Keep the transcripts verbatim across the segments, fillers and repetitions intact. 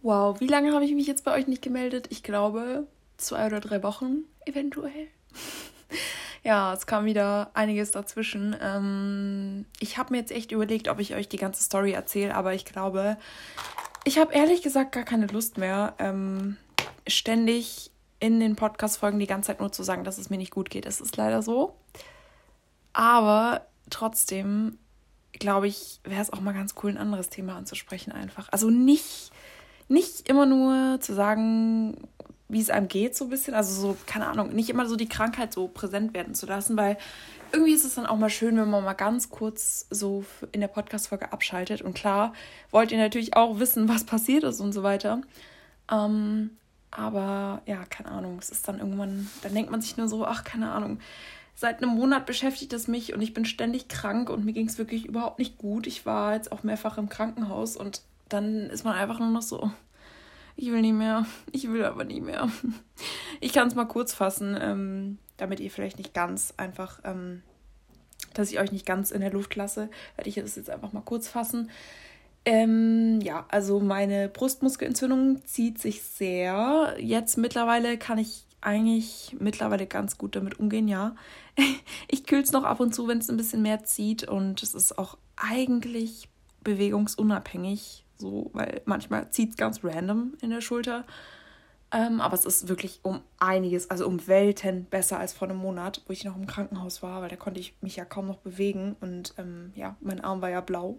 Wow, wie lange habe ich mich jetzt bei euch nicht gemeldet? Ich glaube, zwei oder drei Wochen eventuell. Ja, es kam wieder einiges dazwischen. Ähm, ich habe mir jetzt echt überlegt, ob ich euch die ganze Story erzähle, aber ich glaube, ich habe ehrlich gesagt gar keine Lust mehr, ähm, ständig in den Podcast-Folgen die ganze Zeit nur zu sagen, dass es mir nicht gut geht. Es ist leider so. Aber trotzdem, glaube ich, wäre es auch mal ganz cool, ein anderes Thema anzusprechen einfach. Also nicht, nicht immer nur zu sagen, wie es einem geht, so ein bisschen. Also so, keine Ahnung, nicht immer so die Krankheit so präsent werden zu lassen, weil irgendwie ist es dann auch mal schön, wenn man mal ganz kurz so in der Podcast-Folge abschaltet. Und klar, wollt ihr natürlich auch wissen, was passiert ist und so weiter. Ähm, aber ja, keine Ahnung, es ist dann irgendwann, dann denkt man sich nur so, ach, keine Ahnung, seit einem Monat beschäftigt es mich und ich bin ständig krank und mir ging es wirklich überhaupt nicht gut. Ich war jetzt auch mehrfach im Krankenhaus und dann ist man einfach nur noch so, ich will nicht mehr, ich will aber nicht mehr. Ich kann es mal kurz fassen, ähm, damit ihr vielleicht nicht ganz einfach, ähm, dass ich euch nicht ganz in der Luft lasse, werde ich das jetzt einfach mal kurz fassen. Ähm, ja, also meine Brustmuskelentzündung zieht sich sehr. Jetzt mittlerweile kann ich eigentlich mittlerweile ganz gut damit umgehen, ja. Ich kühle es noch ab und zu, wenn es ein bisschen mehr zieht und es ist auch eigentlich bewegungsunabhängig, so, weil manchmal zieht es ganz random in der Schulter. Ähm, aber es ist wirklich um einiges, also um Welten besser als vor einem Monat, wo ich noch im Krankenhaus war, weil da konnte ich mich ja kaum noch bewegen und ähm, ja, mein Arm war ja blau.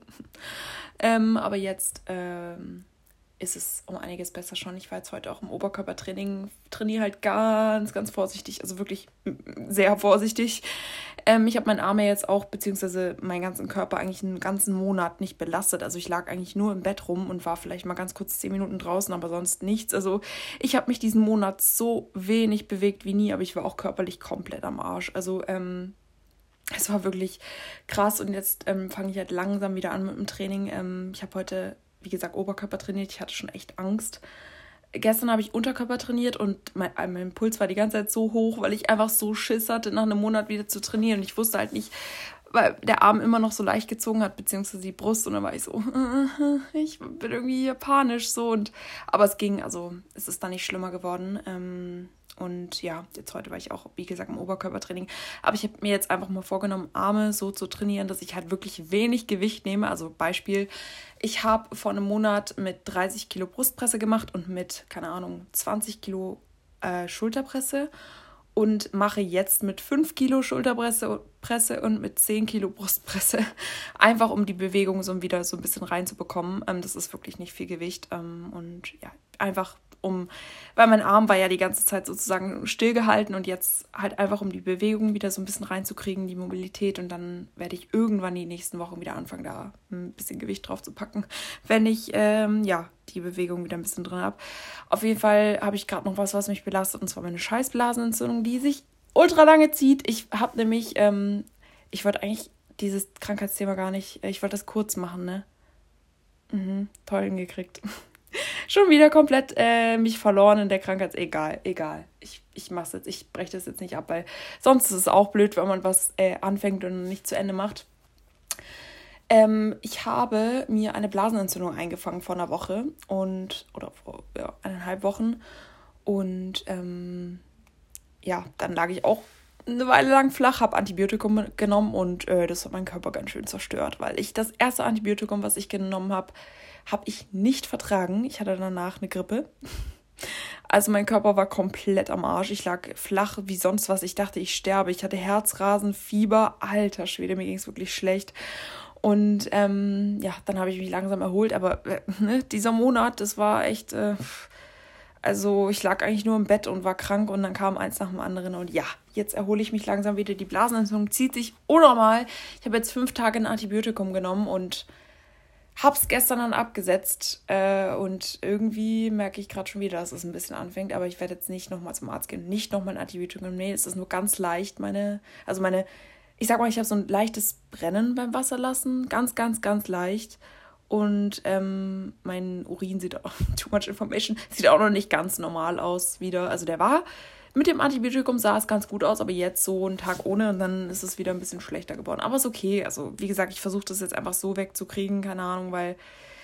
ähm, aber jetzt ähm, ist es um einiges besser schon. Ich war jetzt heute auch im Oberkörpertraining, trainiere halt ganz, ganz vorsichtig, also wirklich sehr vorsichtig. Ähm, ich habe meinen Arm ja jetzt auch, beziehungsweise meinen ganzen Körper eigentlich einen ganzen Monat nicht belastet. Also ich lag eigentlich nur im Bett rum und war vielleicht mal ganz kurz zehn Minuten draußen, aber sonst nichts. Also ich habe mich diesen Monat so wenig bewegt wie nie, aber ich war auch körperlich komplett am Arsch. Also ähm, es war wirklich krass und jetzt ähm, fange ich halt langsam wieder an mit dem Training. Ähm, ich habe heute, wie gesagt, Oberkörper trainiert. Ich hatte schon echt Angst. Gestern habe ich Unterkörper trainiert und mein, mein Puls war die ganze Zeit so hoch, weil ich einfach so Schiss hatte, nach einem Monat wieder zu trainieren. Und ich wusste halt nicht, weil der Arm immer noch so leicht gezogen hat, beziehungsweise die Brust. Und dann war ich so, ich bin irgendwie panisch so. Und, aber es ging, also es ist dann nicht schlimmer geworden. Ähm, und ja, jetzt heute war ich auch, wie gesagt, im Oberkörpertraining. Aber ich habe mir jetzt einfach mal vorgenommen, Arme so zu trainieren, dass ich halt wirklich wenig Gewicht nehme. Also Beispiel, ich habe vor einem Monat mit dreißig Kilo Brustpresse gemacht und mit, keine Ahnung, zwanzig Kilo äh, Schulterpresse. Und mache jetzt mit fünf Kilo Schulterpresse Presse und mit zehn Kilo Brustpresse. Einfach um die Bewegung so wieder so ein bisschen reinzubekommen. Ähm, das ist wirklich nicht viel Gewicht. Ähm, und ja, einfach um, weil mein Arm war ja die ganze Zeit sozusagen stillgehalten und jetzt halt einfach um die Bewegung wieder so ein bisschen reinzukriegen, die Mobilität. Und dann werde ich irgendwann die nächsten Wochen wieder anfangen, da ein bisschen Gewicht drauf zu packen, wenn ich, ähm, ja, die Bewegung wieder ein bisschen drin habe. Auf jeden Fall habe ich gerade noch was, was mich belastet, und zwar meine Scheißblasenentzündung, die sich ultra lange zieht. Ich habe nämlich, ähm, ich wollte eigentlich dieses Krankheitsthema gar nicht, ich wollte das kurz machen, ne? Mhm, toll hingekriegt. Schon wieder komplett äh, mich verloren in der Krankheit. Egal, egal. Ich, ich mach's jetzt, ich breche das jetzt nicht ab, weil sonst ist es auch blöd, wenn man was äh, anfängt und nicht zu Ende macht. Ähm, ich habe mir eine Blasenentzündung eingefangen vor einer Woche und oder vor ja, eineinhalb Wochen. Und ähm, ja, dann lag ich auch eine Weile lang flach, habe Antibiotikum genommen und äh, das hat meinen Körper ganz schön zerstört, weil ich das erste Antibiotikum, was ich genommen habe, habe ich nicht vertragen. Ich hatte danach eine Grippe. Also mein Körper war komplett am Arsch. Ich lag flach wie sonst was. Ich dachte, ich sterbe. Ich hatte Herzrasen, Fieber. Alter Schwede, mir ging es wirklich schlecht. Und ähm, ja, dann habe ich mich langsam erholt. Aber äh, ne, dieser Monat, das war echt... Äh, Also ich lag eigentlich nur im Bett und war krank und dann kam eins nach dem anderen. Und ja, jetzt erhole ich mich langsam wieder. Die Blasenentzündung zieht sich unnormal. Ich habe jetzt fünf Tage ein Antibiotikum genommen und hab's gestern dann abgesetzt. Äh, und irgendwie merke ich gerade schon wieder, dass es ein bisschen anfängt. Aber ich werde jetzt nicht nochmal zum Arzt gehen. Nicht nochmal ein Antibiotikum nehmen. Es ist nur ganz leicht. Meine, also meine, ich sag mal, ich habe so ein leichtes Brennen beim Wasserlassen. Ganz, ganz, ganz leicht. Und ähm, mein Urin sieht auch, too much information, sieht auch noch nicht ganz normal aus wieder. Also der war, mit dem Antibiotikum sah es ganz gut aus, aber jetzt so einen Tag ohne und dann ist es wieder ein bisschen schlechter geworden. Aber ist okay. Also wie gesagt, ich versuche das jetzt einfach so wegzukriegen, keine Ahnung, weil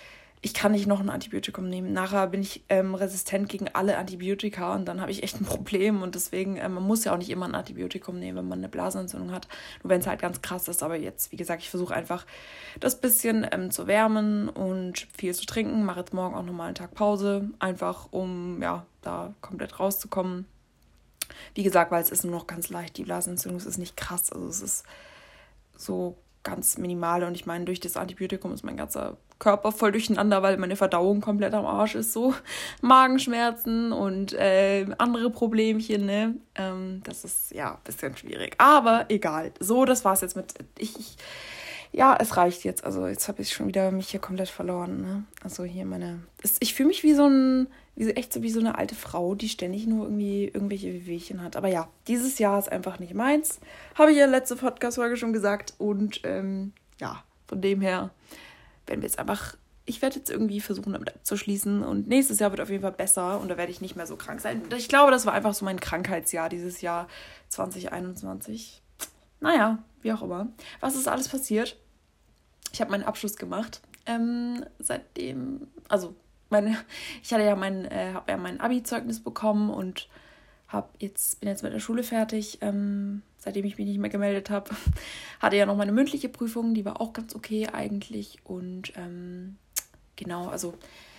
ich kann nicht noch ein Antibiotikum nehmen. Nachher bin ich ähm, resistent gegen alle Antibiotika und dann habe ich echt ein Problem. Und deswegen, ähm, man muss ja auch nicht immer ein Antibiotikum nehmen, wenn man eine Blasenentzündung hat. Nur wenn es halt ganz krass ist. Aber jetzt, wie gesagt, ich versuche einfach das bisschen ähm, zu wärmen und viel zu trinken. Mache jetzt morgen auch nochmal einen Tag Pause. Einfach, um ja da komplett rauszukommen. Wie gesagt, weil es ist nur noch ganz leicht. Die Blasenentzündung ist nicht krass. Also es ist so ganz minimal. Und ich meine, durch das Antibiotikum ist mein ganzer Körper voll durcheinander, weil meine Verdauung komplett am Arsch ist. So Magenschmerzen und äh, andere Problemchen. Ne? Ähm, das ist ja ein bisschen schwierig. Aber egal. So, das war's jetzt mit... Ich, ich, ja, es reicht jetzt. Also jetzt habe ich schon wieder mich hier komplett verloren. Ne? Also hier meine... Ich fühle mich wie so ein... Wie, echt so wie so eine alte Frau, die ständig nur irgendwie irgendwelche Wehwehchen hat. Aber ja, dieses Jahr ist einfach nicht meins. Habe ich ja letzte Podcast-Folge schon gesagt. Und ähm, ja, von dem her werden wir jetzt einfach... Ich werde jetzt irgendwie versuchen, damit abzuschließen. Und nächstes Jahr wird auf jeden Fall besser. Und da werde ich nicht mehr so krank sein. Ich glaube, das war einfach so mein Krankheitsjahr dieses Jahr zwanzig einundzwanzig. Naja, wie auch immer. Was ist alles passiert? Ich habe meinen Abschluss gemacht. Ähm, seitdem... Also... Meine, ich hatte ja mein, äh, habe ja mein Abi-Zeugnis bekommen und hab jetzt, bin jetzt mit der Schule fertig, ähm, seitdem ich mich nicht mehr gemeldet habe. Hatte ja noch meine mündliche Prüfung, die war auch ganz okay eigentlich. Und ähm, genau, also,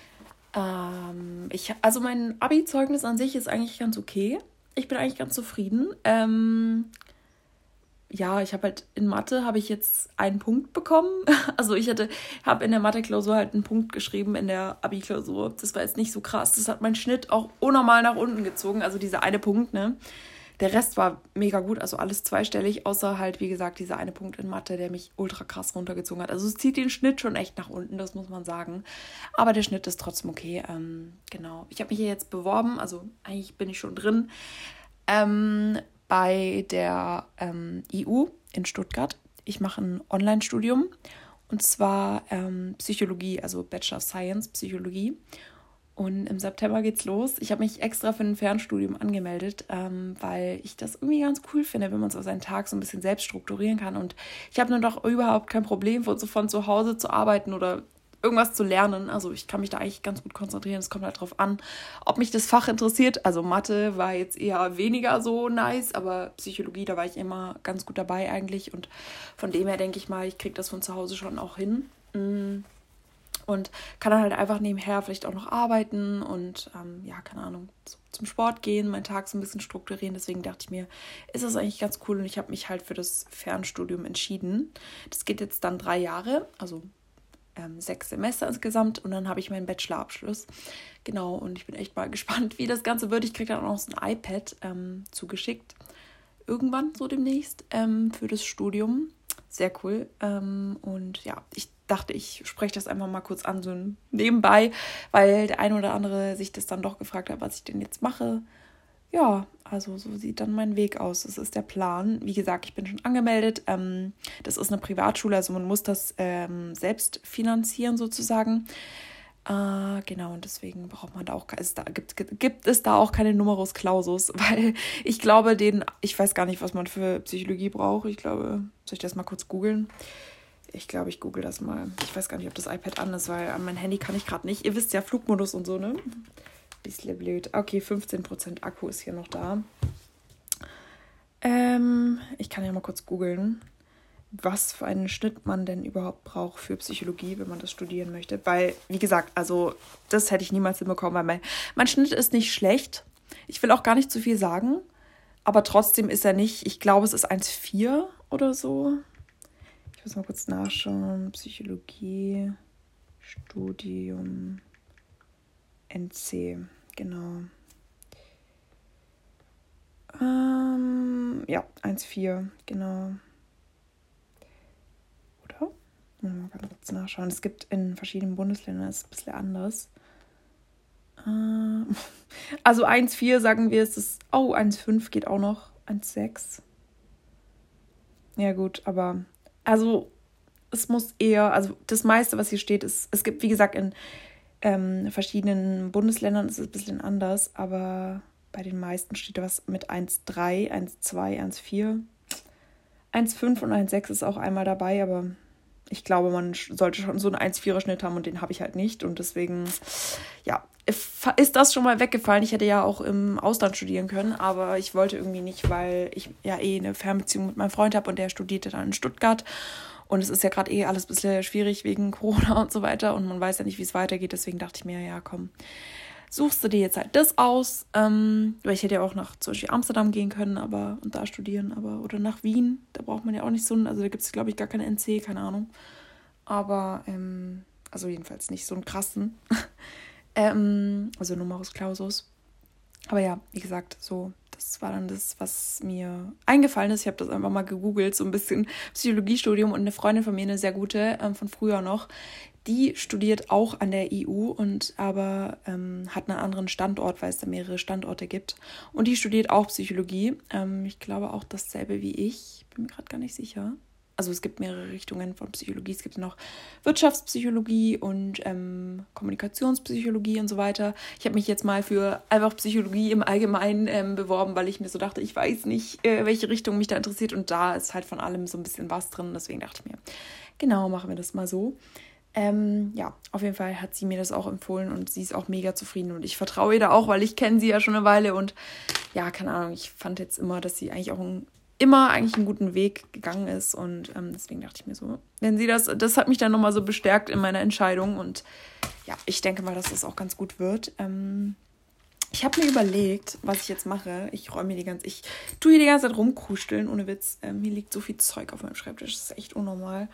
ähm, ich, also mein Abi-Zeugnis an sich ist eigentlich ganz okay. Ich bin eigentlich ganz zufrieden. Ähm, ja, ich habe halt in Mathe habe ich jetzt einen Punkt bekommen. Also ich hatte, habe in der Mathe-Klausur halt einen Punkt geschrieben in der Abi-Klausur. Das war jetzt nicht so krass. Das hat meinen Schnitt auch unnormal nach unten gezogen. Also dieser eine Punkt, ne? Der Rest war mega gut, also alles zweistellig, außer halt, wie gesagt, dieser eine Punkt in Mathe, der mich ultra krass runtergezogen hat. Also es zieht den Schnitt schon echt nach unten, das muss man sagen. Aber der Schnitt ist trotzdem okay. Ähm, genau. Ich habe mich hier jetzt beworben, also eigentlich bin ich schon drin. Ähm, bei der ähm, I U in Stuttgart. Ich mache ein Online-Studium und zwar ähm, Psychologie, also Bachelor of Science, Psychologie. Und im September geht's los. Ich habe mich extra für ein Fernstudium angemeldet, ähm, weil ich das irgendwie ganz cool finde, wenn man so seinen Tag so ein bisschen selbst strukturieren kann. Und ich habe nur doch überhaupt kein Problem, von, so von zu Hause zu arbeiten oder irgendwas zu lernen. Also ich kann mich da eigentlich ganz gut konzentrieren. Es kommt halt drauf an, ob mich das Fach interessiert. Also Mathe war jetzt eher weniger so nice, aber Psychologie, da war ich immer ganz gut dabei eigentlich. Und von dem her denke ich mal, ich kriege das von zu Hause schon auch hin. Und kann dann halt einfach nebenher vielleicht auch noch arbeiten und ähm, ja, keine Ahnung, zum Sport gehen, meinen Tag so ein bisschen strukturieren. Deswegen dachte ich mir, ist das eigentlich ganz cool und ich habe mich halt für das Fernstudium entschieden. Das geht jetzt dann drei Jahre, also Ähm, sechs Semester insgesamt und dann habe ich meinen Bachelorabschluss. Genau, und ich bin echt mal gespannt, wie das Ganze wird. Ich kriege dann auch noch so ein iPad ähm, zugeschickt. Irgendwann so demnächst ähm, für das Studium. Sehr cool. Ähm, und ja, ich dachte, ich spreche das einfach mal kurz an, so nebenbei, weil der eine oder andere sich das dann doch gefragt hat, was ich denn jetzt mache. Ja, also so sieht dann mein Weg aus. Das ist der Plan. Wie gesagt, ich bin schon angemeldet. Ähm, das ist eine Privatschule, also man muss das ähm, selbst finanzieren sozusagen. Äh, genau, und deswegen braucht man da auch, es da, gibt, gibt es da auch keine Numerus Clausus, weil ich glaube, den, ich weiß gar nicht, was man für Psychologie braucht. Ich glaube, soll ich das mal kurz googeln? Ich glaube, ich google das mal. Ich weiß gar nicht, ob das iPad an ist, weil an mein Handy kann ich gerade nicht. Ihr wisst ja, Flugmodus und so, ne? Bisschen blöd. Okay, fünfzehn Prozent Akku ist hier noch da. Ähm, ich kann ja mal kurz googeln, was für einen Schnitt man denn überhaupt braucht für Psychologie, wenn man das studieren möchte. Weil, wie gesagt, also das hätte ich niemals hinbekommen, weil mein, mein Schnitt ist nicht schlecht. Ich will auch gar nicht zu viel sagen, aber trotzdem ist er nicht, ich glaube, es ist eins Komma vier oder so. Ich muss mal kurz nachschauen. Psychologie, Studium... N C, genau. Ähm, ja, eins Komma vier, genau. Oder? Mal ganz kurz nachschauen. Es gibt in verschiedenen Bundesländern, das ist ein bisschen anders. Ähm, also eins Komma vier sagen wir, es ist, oh, eins Komma fünf geht auch noch, eins Komma sechs. Ja gut, aber, also es muss eher, also das meiste, was hier steht, ist, es gibt, wie gesagt, in Ähm, verschiedenen Bundesländern ist es ein bisschen anders, aber bei den meisten steht da was mit eins Komma drei, eins Komma zwei, eins Komma vier. eins Komma fünf und eins Komma sechs ist auch einmal dabei, aber ich glaube, man sollte schon so einen eins Komma vierer Schnitt haben und den habe ich halt nicht. Und deswegen, ja, ist das schon mal weggefallen. Ich hätte ja auch im Ausland studieren können, aber ich wollte irgendwie nicht, weil ich ja eh eine Fernbeziehung mit meinem Freund habe und der studierte dann in Stuttgart. Und es ist ja gerade eh alles ein bisschen schwierig wegen Corona und so weiter und man weiß ja nicht, wie es weitergeht. Deswegen dachte ich mir, ja komm, suchst du dir jetzt halt das aus. Ähm, weil ich hätte ja auch nach zum Beispiel Amsterdam gehen können aber und da studieren, aber oder nach Wien. Da braucht man ja auch nicht so einen, also da gibt es glaube ich gar keine N C, keine Ahnung. Aber, ähm, also jedenfalls nicht so einen krassen. ähm, also Numerus Clausus. Aber ja, wie gesagt, so, das war dann das, was mir eingefallen ist. Ich habe das einfach mal gegoogelt, so ein bisschen Psychologiestudium und eine Freundin von mir, eine sehr gute, ähm, von früher noch, die studiert auch an der I U und aber ähm, hat einen anderen Standort, weil es da mehrere Standorte gibt. Und die studiert auch Psychologie. Ähm, ich glaube auch dasselbe wie ich. Bin mir gerade gar nicht sicher. Also es gibt mehrere Richtungen von Psychologie. Es gibt noch Wirtschaftspsychologie und ähm, Kommunikationspsychologie und so weiter. Ich habe mich jetzt mal für einfach Psychologie im Allgemeinen ähm, beworben, weil ich mir so dachte, ich weiß nicht, äh, welche Richtung mich da interessiert. Und da ist halt von allem so ein bisschen was drin. Deswegen dachte ich mir, genau, machen wir das mal so. Ähm, ja, auf jeden Fall hat sie mir das auch empfohlen und sie ist auch mega zufrieden. Und ich vertraue ihr da auch, weil ich kenne sie ja schon eine Weile. Und ja, keine Ahnung, ich fand jetzt immer, dass sie eigentlich auch ein immer eigentlich einen guten Weg gegangen ist und ähm, deswegen dachte ich mir so, wenn sie das, das hat mich dann nochmal so bestärkt in meiner Entscheidung und ja, ich denke mal, dass das auch ganz gut wird. Ähm, ich habe mir überlegt, was ich jetzt mache. Ich räume mir die ganze, ich tue hier die ganze Zeit rumkuscheln, ohne Witz. Ähm, hier liegt so viel Zeug auf meinem Schreibtisch, das ist echt unnormal.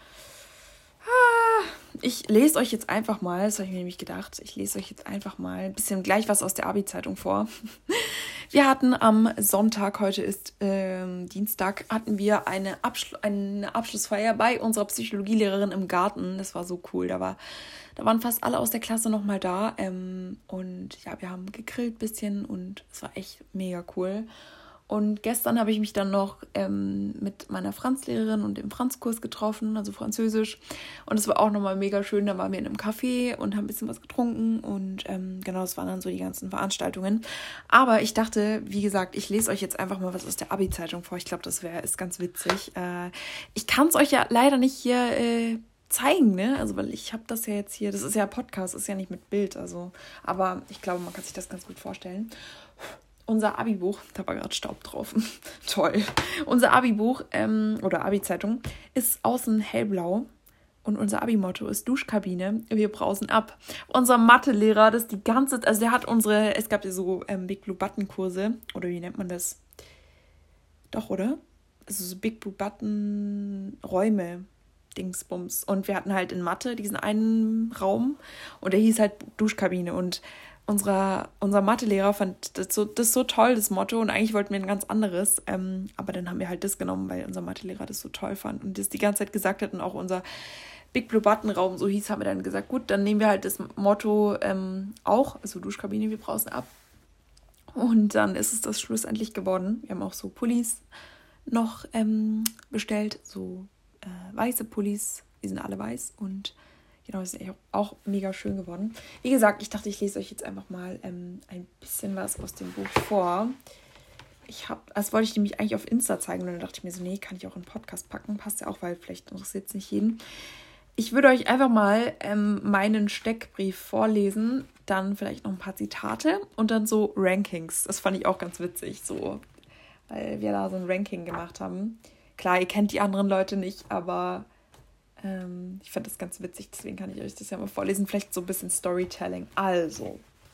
Ich lese euch jetzt einfach mal, das habe ich mir nämlich gedacht, ich lese euch jetzt einfach mal ein bisschen gleich was aus der Abi-Zeitung vor. Wir hatten am Sonntag, heute ist ähm, Dienstag, hatten wir eine, Abschlu- eine Abschlussfeier bei unserer Psychologielehrerin im Garten. Das war so cool, da, war, da waren fast alle aus der Klasse nochmal da ähm, und ja, wir haben gegrillt ein bisschen und es war echt mega cool. Und gestern habe ich mich dann noch ähm, mit meiner Franzlehrerin und dem Franzkurs getroffen, also Französisch. Und es war auch nochmal mega schön. Da waren wir in einem Café und haben ein bisschen was getrunken. Und ähm, genau, das waren dann so die ganzen Veranstaltungen. Aber ich dachte, wie gesagt, ich lese euch jetzt einfach mal was aus der Abi-Zeitung vor. Ich glaube, das wäre ist ganz witzig. Äh, ich kann es euch ja leider nicht hier äh, zeigen, ne? Also, weil ich habe das ja jetzt hier, das ist ja Podcast, ist ja nicht mit Bild. Also, aber ich glaube, man kann sich das ganz gut vorstellen. Unser Abi-Buch, da war gerade Staub drauf, toll. Unser Abi-Buch ähm, oder Abi-Zeitung ist außen hellblau und unser Abi-Motto ist Duschkabine, wir brausen ab. Unser Mathelehrer, das die ganze, also der hat unsere, es gab ja so ähm, Big Blue Button Kurse, oder wie nennt man das? Doch, oder? Also so Big Blue Button Räume, Dingsbums. Und wir hatten halt in Mathe diesen einen Raum und der hieß halt Duschkabine und Unser, unser Mathelehrer fand das so, das so toll, das Motto, und eigentlich wollten wir ein ganz anderes, ähm, aber dann haben wir halt das genommen, weil unser Mathelehrer das so toll fand und das die ganze Zeit gesagt hat und auch unser Big Blue Button Raum so hieß, haben wir dann gesagt, gut, dann nehmen wir halt das Motto ähm, auch, also Duschkabine, wir brauchen ab. Und dann ist es das schlussendlich geworden. Wir haben auch so Pullis noch ähm, bestellt, so äh, weiße Pullis, die sind alle weiß und genau, das ist auch mega schön geworden. Wie gesagt, ich dachte, ich lese euch jetzt einfach mal ähm, ein bisschen was aus dem Buch vor. Ich habe, das wollte ich nämlich eigentlich auf Insta zeigen und dann dachte ich mir so, nee, kann ich auch in den Podcast packen. Passt ja auch, weil vielleicht interessiert es nicht jeden. Ich würde euch einfach mal ähm, meinen Steckbrief vorlesen, dann vielleicht noch ein paar Zitate und dann so Rankings. Das fand ich auch ganz witzig, so, weil wir da so ein Ranking gemacht haben. Klar, ihr kennt die anderen Leute nicht, aber ich fand das ganz witzig, deswegen kann ich euch das ja mal vorlesen. Vielleicht so ein bisschen Storytelling. Also,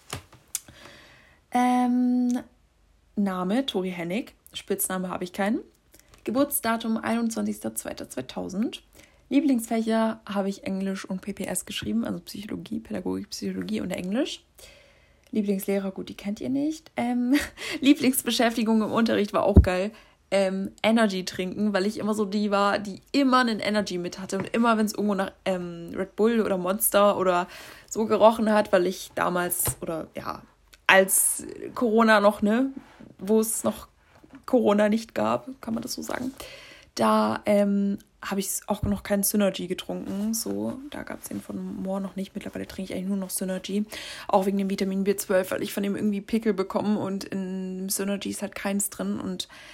ähm, Name Tori Hennig, Spitzname habe ich keinen. Geburtsdatum einundzwanzigster zweiter zweitausend. Lieblingsfächer habe ich Englisch und P P S geschrieben, also Psychologie, Pädagogik, Psychologie und Englisch. Lieblingslehrer, gut, die kennt ihr nicht. Ähm, Lieblingsbeschäftigung im Unterricht war auch geil. Ähm, Energy trinken, weil ich immer so die war, die immer einen Energy mit hatte und immer, wenn es irgendwo nach ähm, Red Bull oder Monster oder so gerochen hat, weil ich damals oder ja, als Corona noch, ne, wo es noch Corona nicht gab, kann man das so sagen, da ähm, habe ich auch noch keinen Synergy getrunken, so, da gab es den von Moore noch nicht, mittlerweile trinke ich eigentlich nur noch Synergy, auch wegen dem Vitamin B zwölf, weil ich von dem irgendwie Pickel bekomme und in Synergy ist halt keins drin und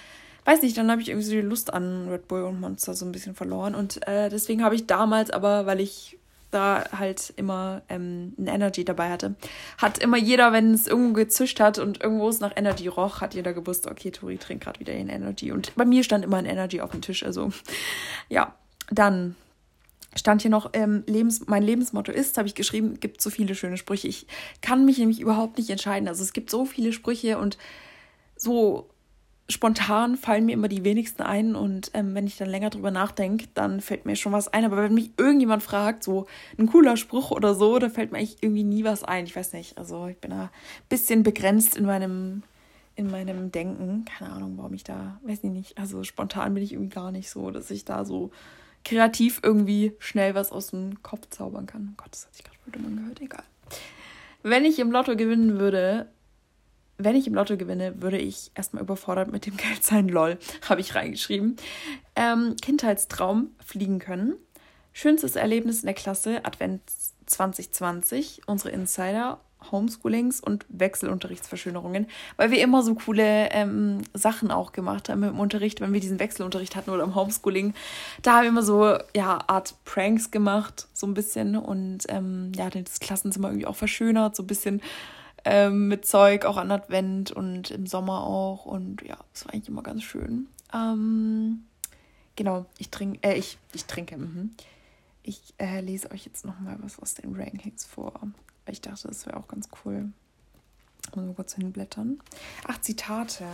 weiß nicht, dann habe ich irgendwie so die Lust an Red Bull und Monster so ein bisschen verloren. Und äh, deswegen habe ich damals aber, weil ich da halt immer ähm, ein Energy dabei hatte, hat immer jeder, wenn es irgendwo gezischt hat und irgendwo es nach Energy roch, hat jeder gewusst, okay, Tori trinkt gerade wieder ihren Energy. Und bei mir stand immer ein Energy auf dem Tisch. Also ja, dann stand hier noch, ähm, Lebens, mein Lebensmotto ist, habe ich geschrieben, gibt so viele schöne Sprüche. Ich kann mich nämlich überhaupt nicht entscheiden. Also es gibt so viele Sprüche und so spontan fallen mir immer die wenigsten ein und ähm, wenn ich dann länger drüber nachdenke, dann fällt mir schon was ein. Aber wenn mich irgendjemand fragt, so ein cooler Spruch oder so, da fällt mir eigentlich irgendwie nie was ein. Ich weiß nicht, also ich bin da ein bisschen begrenzt in meinem, in meinem Denken. Keine Ahnung, warum ich da, weiß ich nicht, also spontan bin ich irgendwie gar nicht so, dass ich da so kreativ irgendwie schnell was aus dem Kopf zaubern kann. Oh Gott, das hat sich gerade blöd angehört, egal. Wenn ich im Lotto gewinnen würde, Wenn ich im Lotto gewinne, würde ich erstmal überfordert mit dem Geld sein. Lol, habe ich reingeschrieben. Ähm, Kindheitstraum, fliegen können. Schönstes Erlebnis in der Klasse, Advent zwanzig zwanzig. Unsere Insider, Homeschoolings und Wechselunterrichtsverschönerungen. Weil wir immer so coole ähm, Sachen auch gemacht haben im Unterricht, wenn wir diesen Wechselunterricht hatten oder im Homeschooling. Da haben wir immer so, ja, Art Pranks gemacht, so ein bisschen. Und ähm, ja, das Klassenzimmer irgendwie auch verschönert, so ein bisschen Ähm, mit Zeug, auch an Advent und im Sommer auch. Und ja, das war eigentlich immer ganz schön. Ähm, genau, ich trinke, äh, ich, ich trinke, mhm. Ich äh, lese euch jetzt nochmal was aus den Rankings vor. Ich dachte, das wäre auch ganz cool. Mal so kurz hinblättern. Ach, Zitate.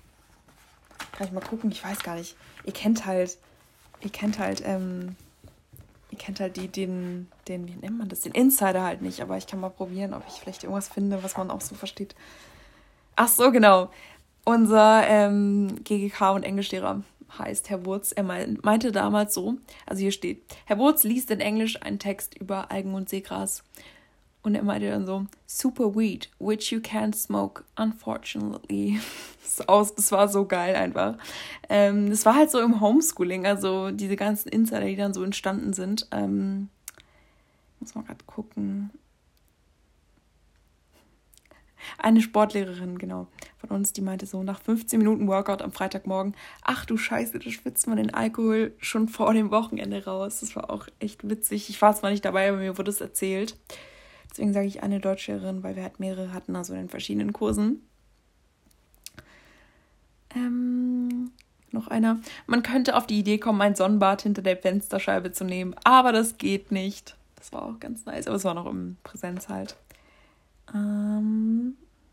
Kann ich mal gucken? Ich weiß gar nicht. Ihr kennt halt, ihr kennt halt, ähm, Ihr kennt halt die, den, den, wie nennt man das, den Insider halt nicht, aber ich kann mal probieren, ob ich vielleicht irgendwas finde, was man auch so versteht. Ach so, genau. Unser ähm, G G K- und Englischlehrer heißt Herr Wurz. Er meinte damals so, also hier steht, Herr Wurz liest in Englisch einen Text über Algen und Seegras. Und er meinte dann so, super weed, which you can't smoke, unfortunately. Das war so geil einfach. Ähm, das war halt so im Homeschooling, also diese ganzen Insider, die dann so entstanden sind. Ähm, muss man gerade gucken. Eine Sportlehrerin, genau, von uns, die meinte so, nach fünfzehn Minuten Workout am Freitagmorgen, ach du Scheiße, da schwitzt man den Alkohol schon vor dem Wochenende raus. Das war auch echt witzig. Ich war zwar nicht dabei, aber mir wurde es erzählt. Deswegen sage ich eine Deutschlehrerin, weil wir halt mehrere hatten, also in verschiedenen Kursen. Ähm, noch einer. Man könnte auf die Idee kommen, ein Sonnenbad hinter der Fensterscheibe zu nehmen, aber das geht nicht. Das war auch ganz nice, aber es war noch im Präsenz halt. Ähm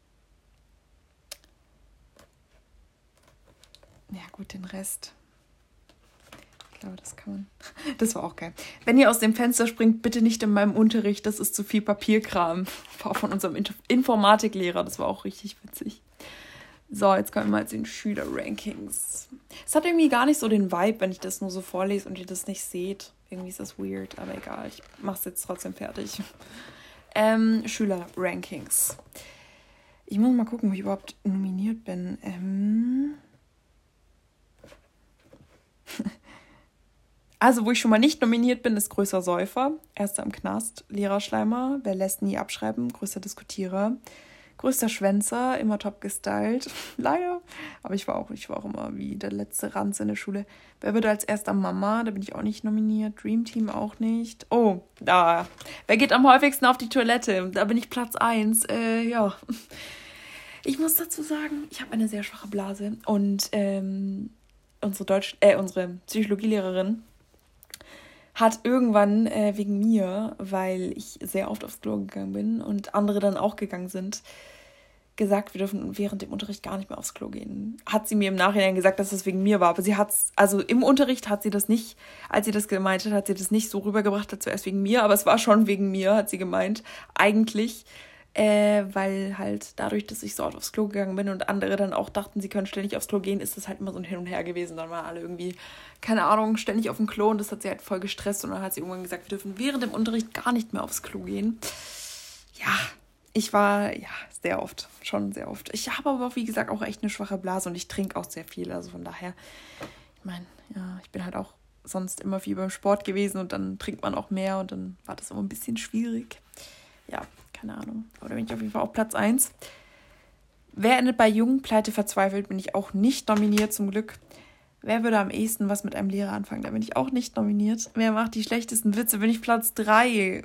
ja gut, den Rest. Ich glaube, das kann man. Das war auch geil. Wenn ihr aus dem Fenster springt, bitte nicht in meinem Unterricht. Das ist zu viel Papierkram. War von unserem Informatiklehrer. Das war auch richtig witzig. So, jetzt kommen wir mal zu den Schüler-Rankings. Es hat irgendwie gar nicht so den Vibe, wenn ich das nur so vorlese und ihr das nicht seht. Irgendwie ist das weird, aber egal. Ich mache es jetzt trotzdem fertig. Ähm, Schüler-Rankings. Ich muss mal gucken, wo ich überhaupt nominiert bin. Ähm... Also, wo ich schon mal nicht nominiert bin, ist größter Säufer, erster im Knast, Lehrerschleimer, wer lässt nie abschreiben, größter Diskutierer, größter Schwänzer, immer top gestylt, leider, aber ich war auch, ich war auch immer wie der letzte Ranz in der Schule. Wer wird als erster Mama, da bin ich auch nicht nominiert, Dream Team auch nicht. Oh, da, wer geht am häufigsten auf die Toilette, da bin ich Platz eins, äh, ja. Ich muss dazu sagen, ich habe eine sehr schwache Blase und ähm, unsere Deutsch, äh, unsere Psychologielehrerin hat irgendwann äh, wegen mir, weil ich sehr oft aufs Klo gegangen bin und andere dann auch gegangen sind, gesagt, wir dürfen während dem Unterricht gar nicht mehr aufs Klo gehen. Hat sie mir im Nachhinein gesagt, dass das wegen mir war, aber sie hat es, also im Unterricht hat sie das nicht, als sie das gemeint hat, hat sie das nicht so rübergebracht, als wäre es wegen mir, aber es war schon wegen mir, hat sie gemeint, eigentlich, äh, weil halt dadurch, dass ich so oft aufs Klo gegangen bin und andere dann auch dachten, sie können ständig aufs Klo gehen, ist das halt immer so ein Hin und Her gewesen. Dann waren alle irgendwie, keine Ahnung, ständig auf dem Klo und das hat sie halt voll gestresst und dann hat sie irgendwann gesagt, wir dürfen während dem Unterricht gar nicht mehr aufs Klo gehen. Ja, ich war, ja, sehr oft, schon sehr oft. Ich habe aber, wie gesagt, auch echt eine schwache Blase und ich trinke auch sehr viel, also von daher, ich meine, ja, ich bin halt auch sonst immer viel beim Sport gewesen und dann trinkt man auch mehr und dann war das immer ein bisschen schwierig. Ja, keine Ahnung. Aber da bin ich auf jeden Fall auf Platz eins. Wer endet bei Jung, Pleite, verzweifelt, bin ich auch nicht nominiert, zum Glück. Wer würde am ehesten was mit einem Lehrer anfangen? Da bin ich auch nicht nominiert. Wer macht die schlechtesten Witze? Bin ich Platz drei.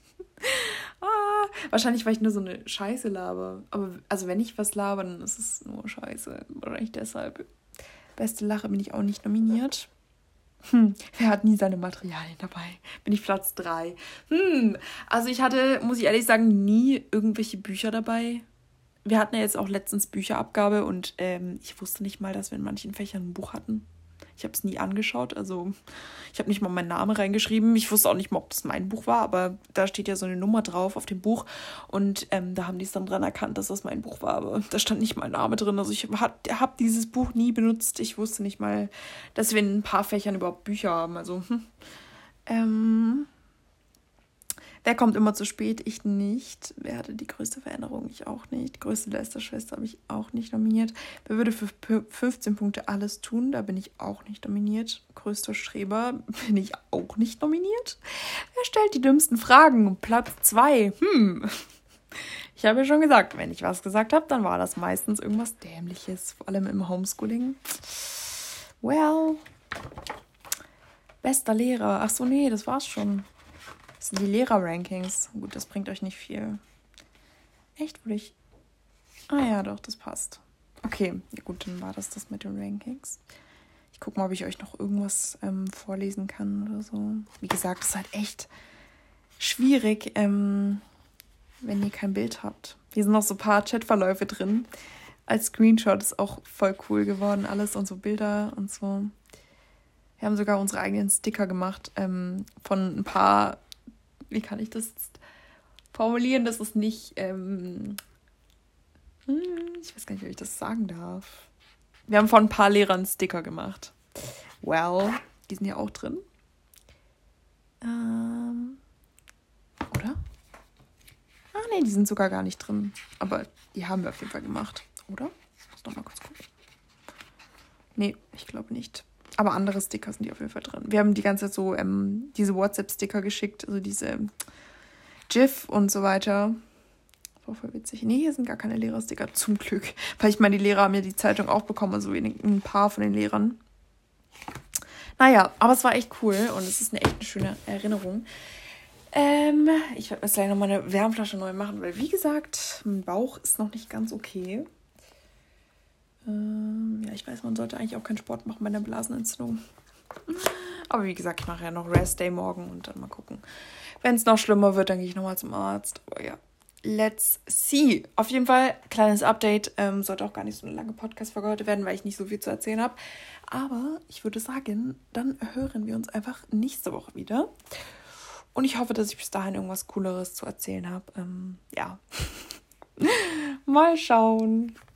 ah, wahrscheinlich, weil ich nur so eine Scheiße laber. Aber also wenn ich was laber, dann ist es nur Scheiße. Wahrscheinlich deshalb. Beste Lache bin ich auch nicht nominiert. Hm, wer hat nie seine Materialien dabei? Bin ich Platz drei. Hm, also ich hatte, muss ich ehrlich sagen, nie irgendwelche Bücher dabei. Wir hatten ja jetzt auch letztens Bücherabgabe und ähm, ich wusste nicht mal, dass wir in manchen Fächern ein Buch hatten. Ich habe es nie angeschaut, also ich habe nicht mal meinen Namen reingeschrieben. Ich wusste auch nicht mal, ob das mein Buch war, aber da steht ja so eine Nummer drauf auf dem Buch und ähm, da haben die es dann dran erkannt, dass das mein Buch war, aber da stand nicht mein Name drin. Also ich habe hab dieses Buch nie benutzt. Ich wusste nicht mal, dass wir in ein paar Fächern überhaupt Bücher haben. Also hm. ähm... Wer kommt immer zu spät? Ich nicht. Wer hatte die größte Veränderung? Ich auch nicht. Größte Lästerschwester habe ich auch nicht nominiert. Wer würde für fünfzehn Punkte alles tun? Da bin ich auch nicht nominiert. Größter Streber bin ich auch nicht nominiert. Wer stellt die dümmsten Fragen? Platz zwei. Hm. Ich habe ja schon gesagt, wenn ich was gesagt habe, dann war das meistens irgendwas Dämliches. Vor allem im Homeschooling. Well. Bester Lehrer. Ach so, nee, das war's schon. Das sind die Lehrer-Rankings. Gut, das bringt euch nicht viel. Echt, würde ich... Ah ja, doch, das passt. Okay, ja gut, dann war das das mit den Rankings. Ich gucke mal, ob ich euch noch irgendwas ähm, vorlesen kann oder so. Wie gesagt, es ist halt echt schwierig, ähm, wenn ihr kein Bild habt. Hier sind noch so ein paar Chatverläufe drin. Als Screenshot ist auch voll cool geworden alles und so Bilder und so. Wir haben sogar unsere eigenen Sticker gemacht ähm, von ein paar... Wie kann ich das jetzt formulieren, dass es nicht, ähm, ich weiß gar nicht, wie ich das sagen darf. Wir haben von ein paar Lehrern Sticker gemacht. Well, die sind ja auch drin. Ähm, oder? Ah, nee, die sind sogar gar nicht drin. Aber die haben wir auf jeden Fall gemacht, oder? Ich muss noch mal kurz gucken. Nee, ich glaube nicht. Aber andere Sticker sind die auf jeden Fall drin. Wir haben die ganze Zeit so ähm, diese WhatsApp-Sticker geschickt, also diese GIF und so weiter. Das war voll witzig. Nee, hier sind gar keine Lehrersticker, zum Glück. Weil ich meine, die Lehrer haben ja die Zeitung auch bekommen, also ein paar von den Lehrern. Naja, aber es war echt cool und es ist eine echt eine schöne Erinnerung. Ähm, ich werde mir jetzt gleich nochmal eine Wärmflasche neu machen, weil wie gesagt, mein Bauch ist noch nicht ganz okay. Ja, ich weiß, man sollte eigentlich auch keinen Sport machen bei einer Blasenentzündung. Aber wie gesagt, ich mache ja noch Rest Day morgen und dann mal gucken. Wenn es noch schlimmer wird, dann gehe ich nochmal zum Arzt. Aber ja, let's see. Auf jeden Fall, kleines Update. Ähm, sollte auch gar nicht so eine lange Podcast-Folge heute werden, weil ich nicht so viel zu erzählen habe. Aber ich würde sagen, dann hören wir uns einfach nächste Woche wieder. Und ich hoffe, dass ich bis dahin irgendwas Cooleres zu erzählen habe. Ähm, ja. Mal schauen.